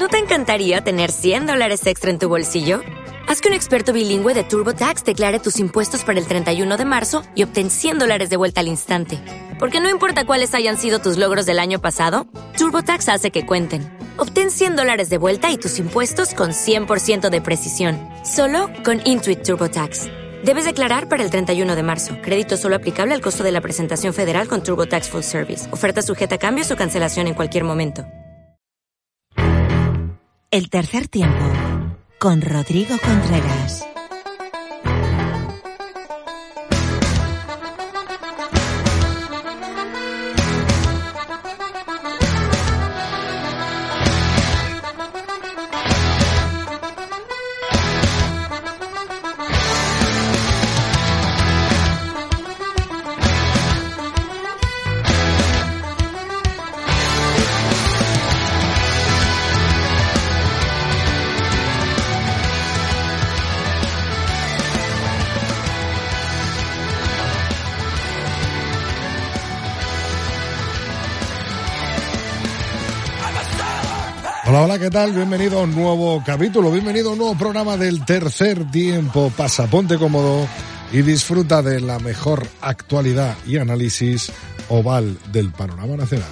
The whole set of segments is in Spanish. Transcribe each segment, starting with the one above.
¿No te encantaría tener $100 extra en tu bolsillo? Haz que un experto bilingüe de TurboTax declare tus impuestos para el 31 de marzo y obtén $100 de vuelta al instante. Porque no importa cuáles hayan sido tus logros del año pasado, TurboTax hace que cuenten. Obtén $100 de vuelta y tus impuestos con 100% de precisión. Solo con Intuit TurboTax. Debes declarar para el 31 de marzo. Crédito solo aplicable al costo de la presentación federal con TurboTax Full Service. Oferta sujeta a cambios o cancelación en cualquier momento. El tercer tiempo, con Rodrigo Contreras. Hola, ¿qué tal? Bienvenido a un nuevo capítulo, bienvenido a un nuevo programa del tercer tiempo. Pasa, ponte cómodo y disfruta de la mejor actualidad y análisis oval del panorama nacional.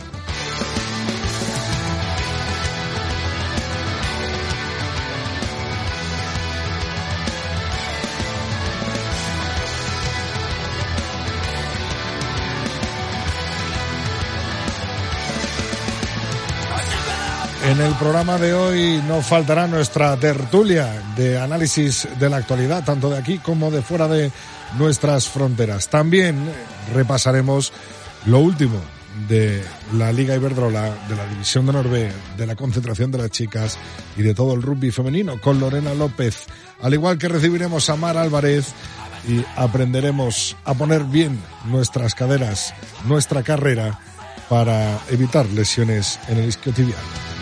En el programa de hoy no faltará nuestra tertulia de análisis de la actualidad, tanto de aquí como de fuera de nuestras fronteras. También repasaremos lo último de la Liga Iberdrola, de la División de Honor, de la concentración de las chicas y de todo el rugby femenino con Lorena López. Al igual que recibiremos a Mar Álvarez y aprenderemos a poner bien nuestras caderas, nuestra carrera, para evitar lesiones en el isquiotibial.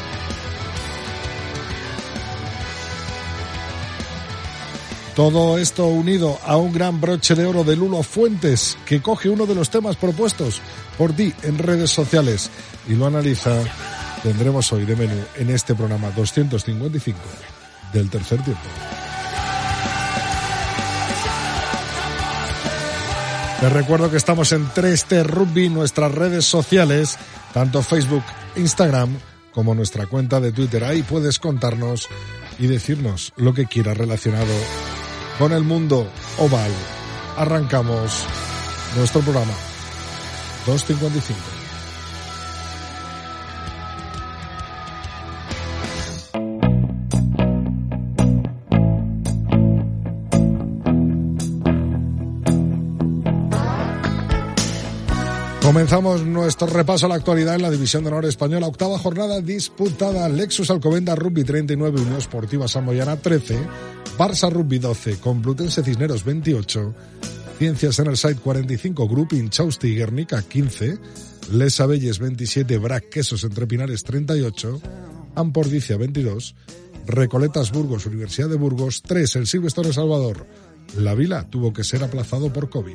Todo esto unido a un gran broche de oro de Lulo Fuentes, que coge uno de los temas propuestos por ti en redes sociales y lo analiza. Tendremos hoy de menú en este programa 255 del tercer tiempo. Te recuerdo que estamos en 3T Rugby, nuestras redes sociales, tanto Facebook, Instagram, como nuestra cuenta de Twitter. Ahí puedes contarnos y decirnos lo que quieras relacionado con el mundo oval. Arrancamos nuestro programa 255. Comenzamos nuestro repaso a la actualidad en la División de Honor Española. Octava jornada disputada. Lexus Alcobendas Rugby 39, Unión Esportiva Samboyana 13, Barça Rugby 12, Complutense Cisneros 28, Ciencias Enerside 45, Grupo Inchausti y Guernica 15, Les Abelles 27, Brac Quesos Entre Pinares 38, Ampordicia 22, Recoletas Burgos Universidad de Burgos 3, el Silvestre de Salvador. La Vila tuvo que ser aplazado por COVID.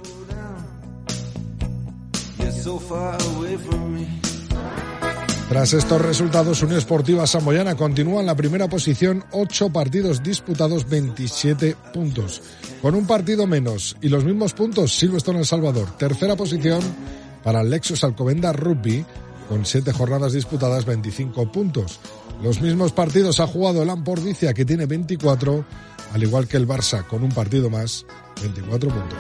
Tras estos resultados, Unión Esportiva Samboyana continúa en la primera posición, 8 partidos disputados, 27 puntos. Con un partido menos y los mismos puntos, Silvestre en El Salvador. Tercera posición para Lexus Alcobendas Rugby, con 7 jornadas disputadas, 25 puntos. Los mismos partidos ha jugado el Ampordicia, que tiene 24, al igual que el Barça, con un partido más, 24 puntos.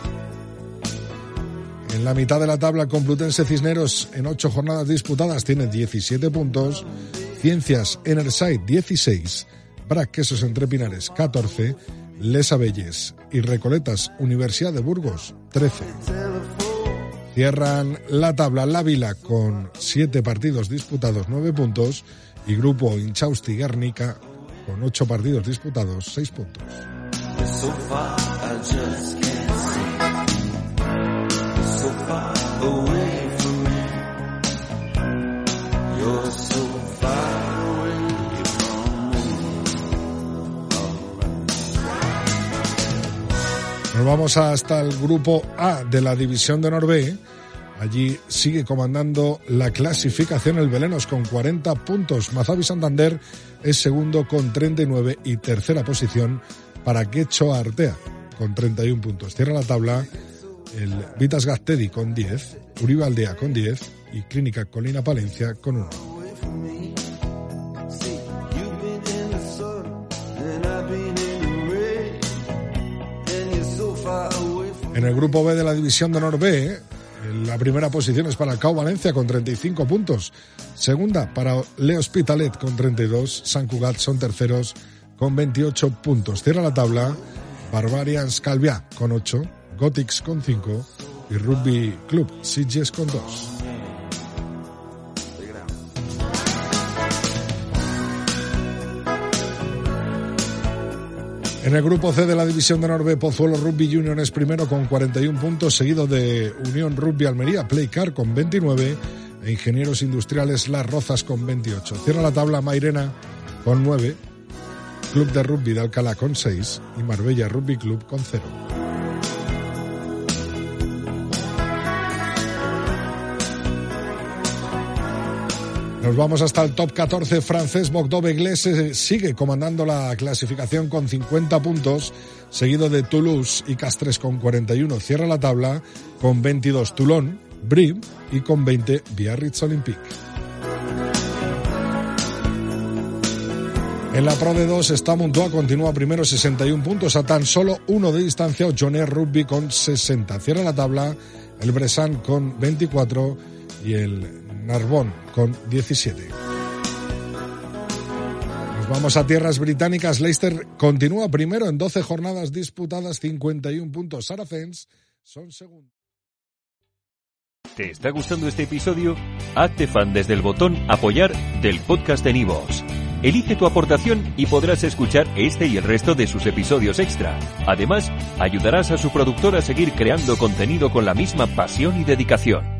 En la mitad de la tabla, Complutense Cisneros, en 8 jornadas disputadas, tiene 17 puntos. Ciencias Enerside, 16. Brac Quesos Entre Pinares, 14. Les Abelles y Recoletas Universidad de Burgos, 13. Cierran la tabla La Vila con 7 partidos disputados, 9 puntos. Y Grupo Inchausti Guernica con 8 partidos disputados, 6 puntos. Nos vamos hasta el grupo A de la División de Honor B. Allí sigue comandando la clasificación el Belenos con 40 puntos. Mazavi Santander es segundo con 39 y tercera posición para Getxo Artea con 31 puntos. Cierra la tabla el Vitas Gaztedi con 10, Uribe Aldea con 10 y Clínica Colina Palencia con 1. En el grupo B de la División de Honor B, la primera posición es para CAO Valencia con 35 puntos. Segunda para L'Hospitalet con 32. Sant Cugat son terceros con 28 puntos. Cierra la tabla Barbarians Calvià con 8, Gothics con 5 y Rugby Club Sitges con 2. En el grupo C de la División de Honor B, Pozuelo Rugby Union es primero con 41 puntos, seguido de Unión Rugby Almería Playcar con 29 e Ingenieros Industriales Las Rozas con 28. Cierra la tabla Mairena con 9, Club de Rugby de Alcalá con 6 y Marbella Rugby Club con 0. Nos vamos hasta el top 14 francés. Bordeaux-Bègles sigue comandando la clasificación con 50 puntos, seguido de Toulouse y Castres con 41. Cierra la tabla con 22 Toulon, Brive y con 20 Biarritz Olympique. En la Pro D2 está Montois, continúa primero 61 puntos, a tan solo uno de distancia Joner Rugby con 60. Cierra la tabla el Bressan con 24 y el Narbonne con 17. Nos vamos a tierras británicas. Leicester continúa primero en 12 jornadas disputadas, 51 puntos. Saracens son segundos. ¿Te está gustando este episodio? Hazte fan desde el botón Apoyar del podcast de Nivos. Elige tu aportación y podrás escuchar este y el resto de sus episodios extra. Además, ayudarás a su productor a seguir creando contenido con la misma pasión y dedicación.